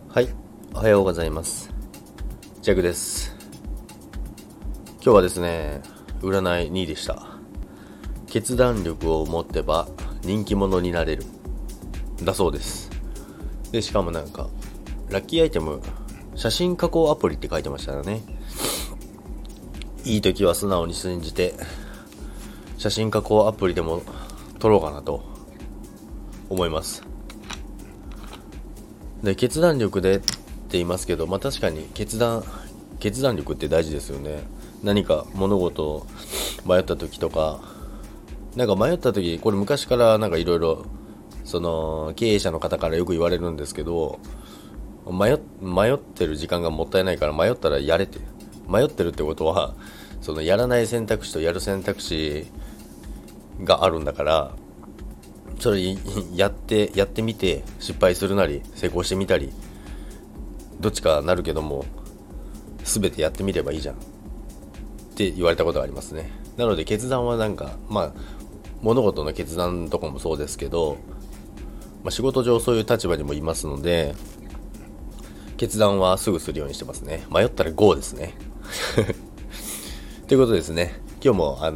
はい、おはようございます。ジャグです。今日はですね、占い2でした。決断力を持ってば人気者になれるだそうです。で、しかもなんかラッキーアイテム、写真加工アプリって書いてましたよね。いい時は素直に信じて写真加工アプリでも撮ろうかなと思います。で、決断力でって言いますけど、確かに決断力って大事ですよね。何か物事を迷った時とか、迷った時、これ昔からいろいろその経営者の方からよく言われるんですけど、迷ってる時間がもったいないから迷ったらやれって。迷ってるってことは、そのやらない選択肢とやる選択肢があるんだから、それやってみて、失敗するなり成功してみたり、どっちかなるけども、全てやってみればいいじゃんって言われたことがありますね。なので決断は物事の決断とかもそうですけど、仕事上そういう立場にもいますので、決断はすぐするようにしてますね。迷ったら GO ですね。ということですね。今日も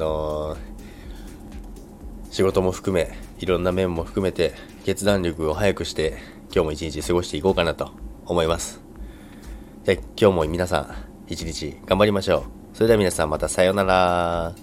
仕事も含め、いろんな面も含めて決断力を早くして、今日も一日過ごしていこうかなと思います。で、今日も皆さん一日頑張りましょう。それでは皆さん、またさようなら。